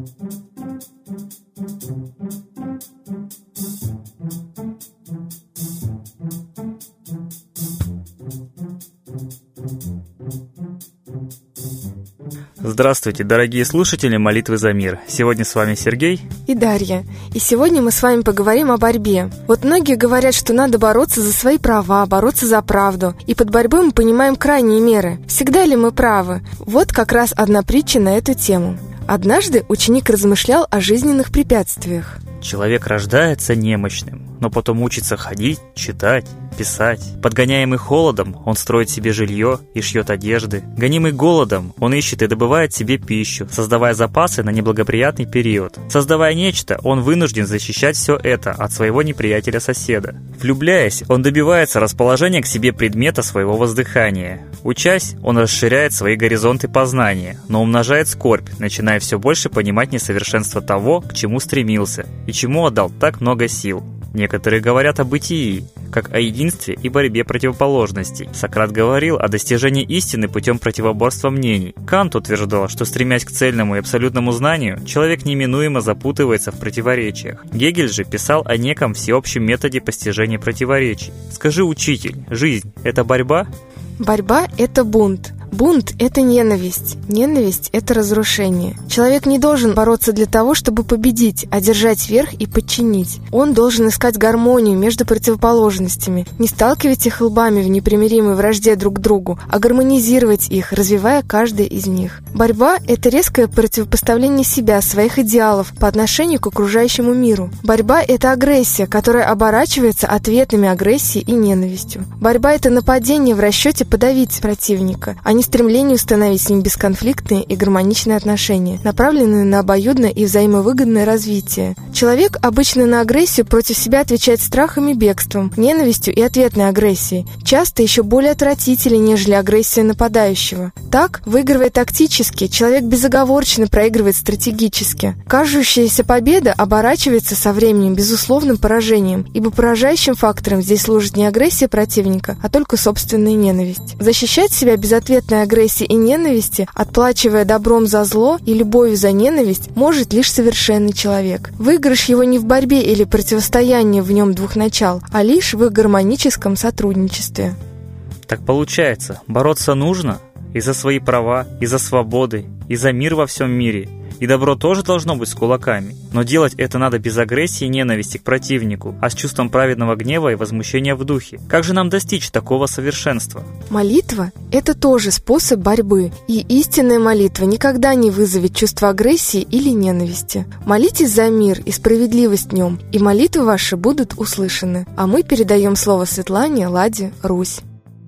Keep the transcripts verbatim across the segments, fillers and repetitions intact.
Здравствуйте, дорогие слушатели «Молитвы за мир». Сегодня с вами Сергей и Дарья. И сегодня мы с вами поговорим о борьбе. Вот многие говорят, что надо бороться за свои права, бороться за правду. И под борьбой мы понимаем крайние меры. Всегда ли мы правы? Вот как раз одна притча на эту тему. Однажды ученик размышлял о жизненных препятствиях. Человек рождается немощным, но потом учится ходить, читать, писать. Подгоняемый холодом, он строит себе жилье и шьет одежды. Гонимый голодом, он ищет и добывает себе пищу, создавая запасы на неблагоприятный период. Создавая нечто, он вынужден защищать все это от своего неприятеля-соседа. Влюбляясь, он добивается расположения к себе предмета своего воздыхания. Учась, он расширяет свои горизонты познания, но умножает скорбь, начиная все больше понимать несовершенство того, к чему стремился, и чему отдал так много сил. Некоторые говорят о бытии, как о единстве и борьбе противоположностей. Сократ говорил о достижении истины путем противоборства мнений. Кант утверждал, что, стремясь к цельному и абсолютному знанию, человек неминуемо запутывается в противоречиях. Гегель же писал о неком всеобщем методе постижения противоречий. Скажи, учитель, жизнь – это борьба? Борьба – это бунт. Бунт – это ненависть. Ненависть – это разрушение. Человек не должен бороться для того, чтобы победить, одержать верх и подчинить. Он должен искать гармонию между противоположностями, не сталкивать их лбами в непримиримой вражде друг к другу, а гармонизировать их, развивая каждый из них. Борьба – это резкое противопоставление себя, своих идеалов по отношению к окружающему миру. Борьба – это агрессия, которая оборачивается ответными агрессией и ненавистью. Борьба – это нападение в расчете подавить противника, а не стремление установить с ним бесконфликтные и гармоничные отношения, направленные на обоюдное и взаимовыгодное развитие. Человек обычно на агрессию против себя отвечает страхом и бегством, ненавистью и ответной агрессией, часто еще более отвратительной, нежели агрессия нападающего. Так, выигрывая тактически, человек безоговорочно проигрывает стратегически. Кажущаяся победа оборачивается со временем безусловным поражением, ибо поражающим фактором здесь служит не агрессия противника, а только собственная ненависть. Защищать себя без ответной агрессии и ненависти, отплачивая добром за зло и любовью за ненависть, может лишь совершенный человек. Выигрыш его не в борьбе или противостоянии в нем двух начал, а лишь в их гармоническом сотрудничестве. Так получается, бороться нужно и за свои права, и за свободы, и за мир во всем мире. И добро тоже должно быть с кулаками. Но делать это надо без агрессии и ненависти к противнику, а с чувством праведного гнева и возмущения в духе. Как же нам достичь такого совершенства? Молитва – это тоже способ борьбы. И истинная молитва никогда не вызовет чувство агрессии или ненависти. Молитесь за мир и справедливость в нем, и молитвы ваши будут услышаны. А мы передаем слово Светлане, Ладе, Русь.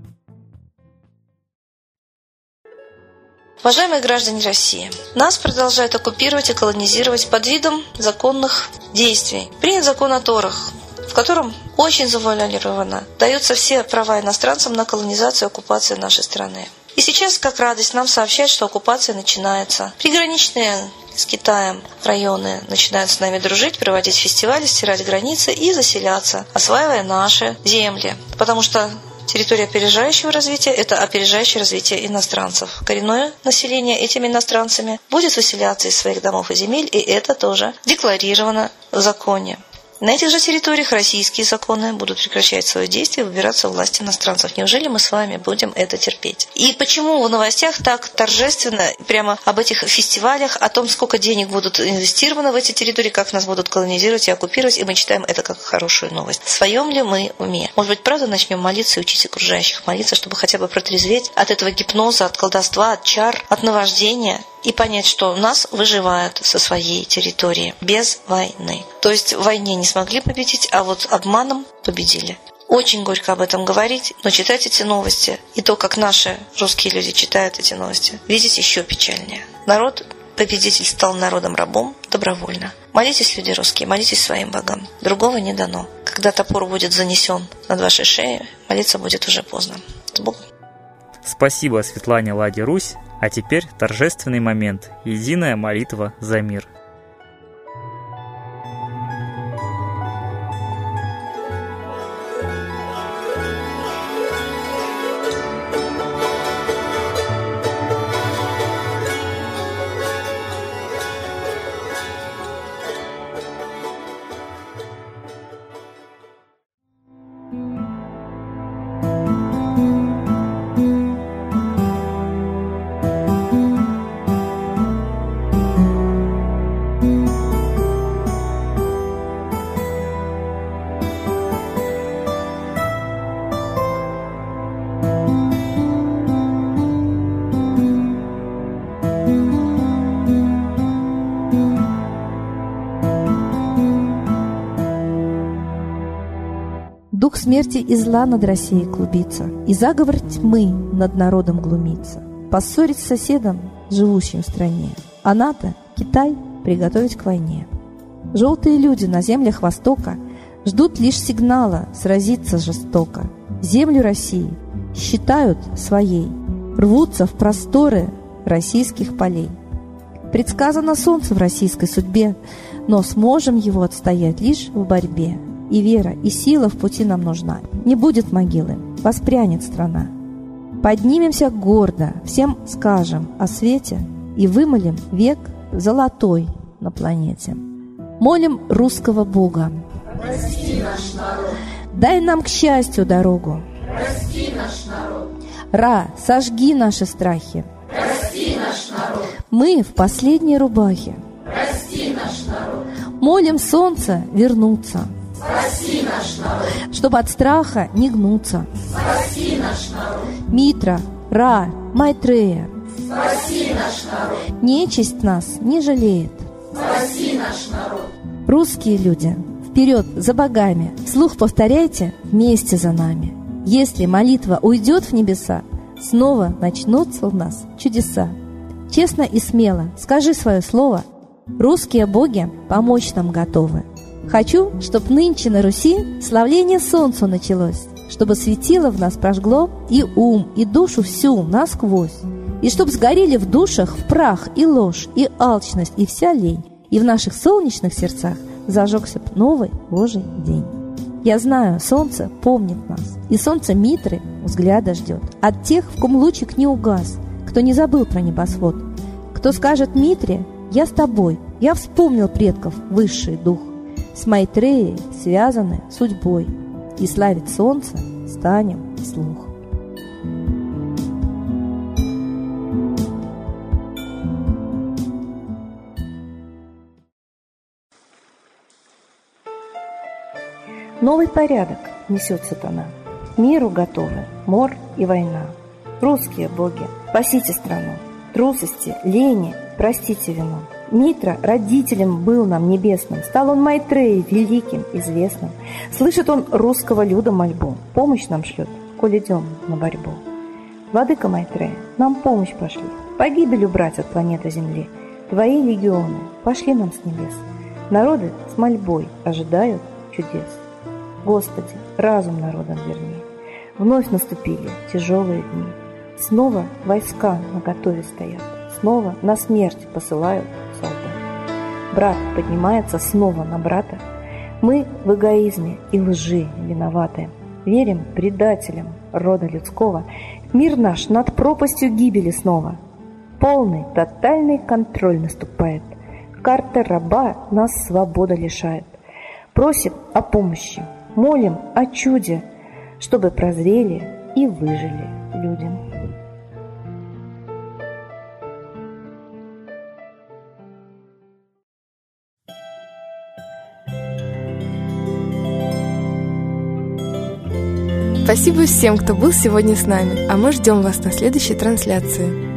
Уважаемые граждане России, нас продолжают оккупировать и колонизировать под видом законных действий. Принят закон о торах, в котором очень завуалированно даются все права иностранцам на колонизацию и оккупацию нашей страны. И сейчас, как радость, нам сообщают, что оккупация начинается. Приграничные с Китаем районы начинают с нами дружить, проводить фестивали, стирать границы и заселяться, осваивая наши земли. Потому что территория опережающего развития – это опережающее развитие иностранцев. Коренное население этими иностранцами будет выселяться из своих домов и земель, и это тоже декларировано в законе. На этих же территориях российские законы будут прекращать свое действие и выбираться у власти иностранцев. Неужели мы с вами будем это терпеть? И почему в новостях так торжественно прямо об этих фестивалях, о том, сколько денег будут инвестировано в эти территории, как нас будут колонизировать и оккупировать, и мы читаем это как хорошую новость? В своем ли мы уме? Может быть, правда начнем молиться и учить окружающих молиться, чтобы хотя бы протрезветь от этого гипноза, от колдовства, от чар, от наваждения? И понять, что нас выживают со своей территории без войны. То есть в войне не смогли победить, а вот обманом победили. Очень горько об этом говорить, но читать эти новости и то, как наши русские люди читают эти новости, видеть еще печальнее. Народ, победитель, стал народом-рабом добровольно. Молитесь, люди русские, молитесь своим богам. Другого не дано. Когда топор будет занесен над вашей шеей, молиться будет уже поздно. С Богом. Спасибо Светлане, Ладе, Русь. А теперь торжественный момент. Единая молитва за мир. Дух смерти и зла над Россией клубится, и заговор тьмы над народом глумится. Поссорить с соседом, живущим в стране, а НАТО, Китай, приготовить к войне. Желтые люди на землях Востока ждут лишь сигнала сразиться жестоко. Землю России считают своей, рвутся в просторы российских полей. Предсказано солнце в российской судьбе, но сможем его отстоять лишь в борьбе. И вера, и сила в пути нам нужна. Не будет могилы, воспрянет страна. Поднимемся гордо, всем скажем о свете и вымолим век золотой на планете. Молим русского Бога. Прости наш народ. Дай нам к счастью дорогу. Прости наш народ. Ра, сожги наши страхи. Прости наш народ. Мы в последней рубахе. Прости наш народ. Молим солнце вернуться. Спаси наш народ. Чтобы от страха не гнуться. Спаси наш народ. Митра, Ра, Майтрея. Спаси наш народ. Нечисть нас не жалеет. Спаси наш народ. Русские люди, вперед за богами. Вслух повторяйте вместе за нами. Если молитва уйдет в небеса, снова начнутся у нас чудеса. Честно и смело скажи свое слово. Русские боги помочь нам готовы. Хочу, чтоб нынче на Руси славление солнцу началось, чтобы светило в нас прожгло и ум, и душу всю насквозь, и чтоб сгорели в душах в прах и ложь, и алчность, и вся лень, и в наших солнечных сердцах зажегся б новый Божий день. Я знаю, солнце помнит нас, и солнце Митры взгляда ждет от тех, в ком лучик не угас, кто не забыл про небосвод, кто скажет Митре: «Я с тобой, я вспомнил предков высший дух». С Майтреей связаны судьбой, и славить солнце станем вслух. Новый порядок несет сатана. Миру готовы мор и война. Русские боги, спасите страну. Трусости, лени, простите вину. Митра родителем был нам небесным, стал он Майтреей великим, известным. Слышит он русского люда мольбу, помощь нам шлет, коль идем на борьбу. Владыка Майтрея, нам помощь пошли, погибель убрать от планеты Земли. Твои легионы пошли нам с небес. Народы с мольбой ожидают чудес. Господи, разум народам верни. Вновь наступили тяжелые дни. Снова войска наготове стоят. Снова на смерть посылают солдат. Брат поднимается снова на брата. Мы в эгоизме и лжи виноваты. Верим предателям рода людского. Мир наш над пропастью гибели снова. Полный, тотальный контроль наступает. Карта раба нас свобода лишает. Просим о помощи, молим о чуде, чтобы прозрели и выжили людям. Спасибо всем, кто был сегодня с нами, а мы ждем вас на следующей трансляции.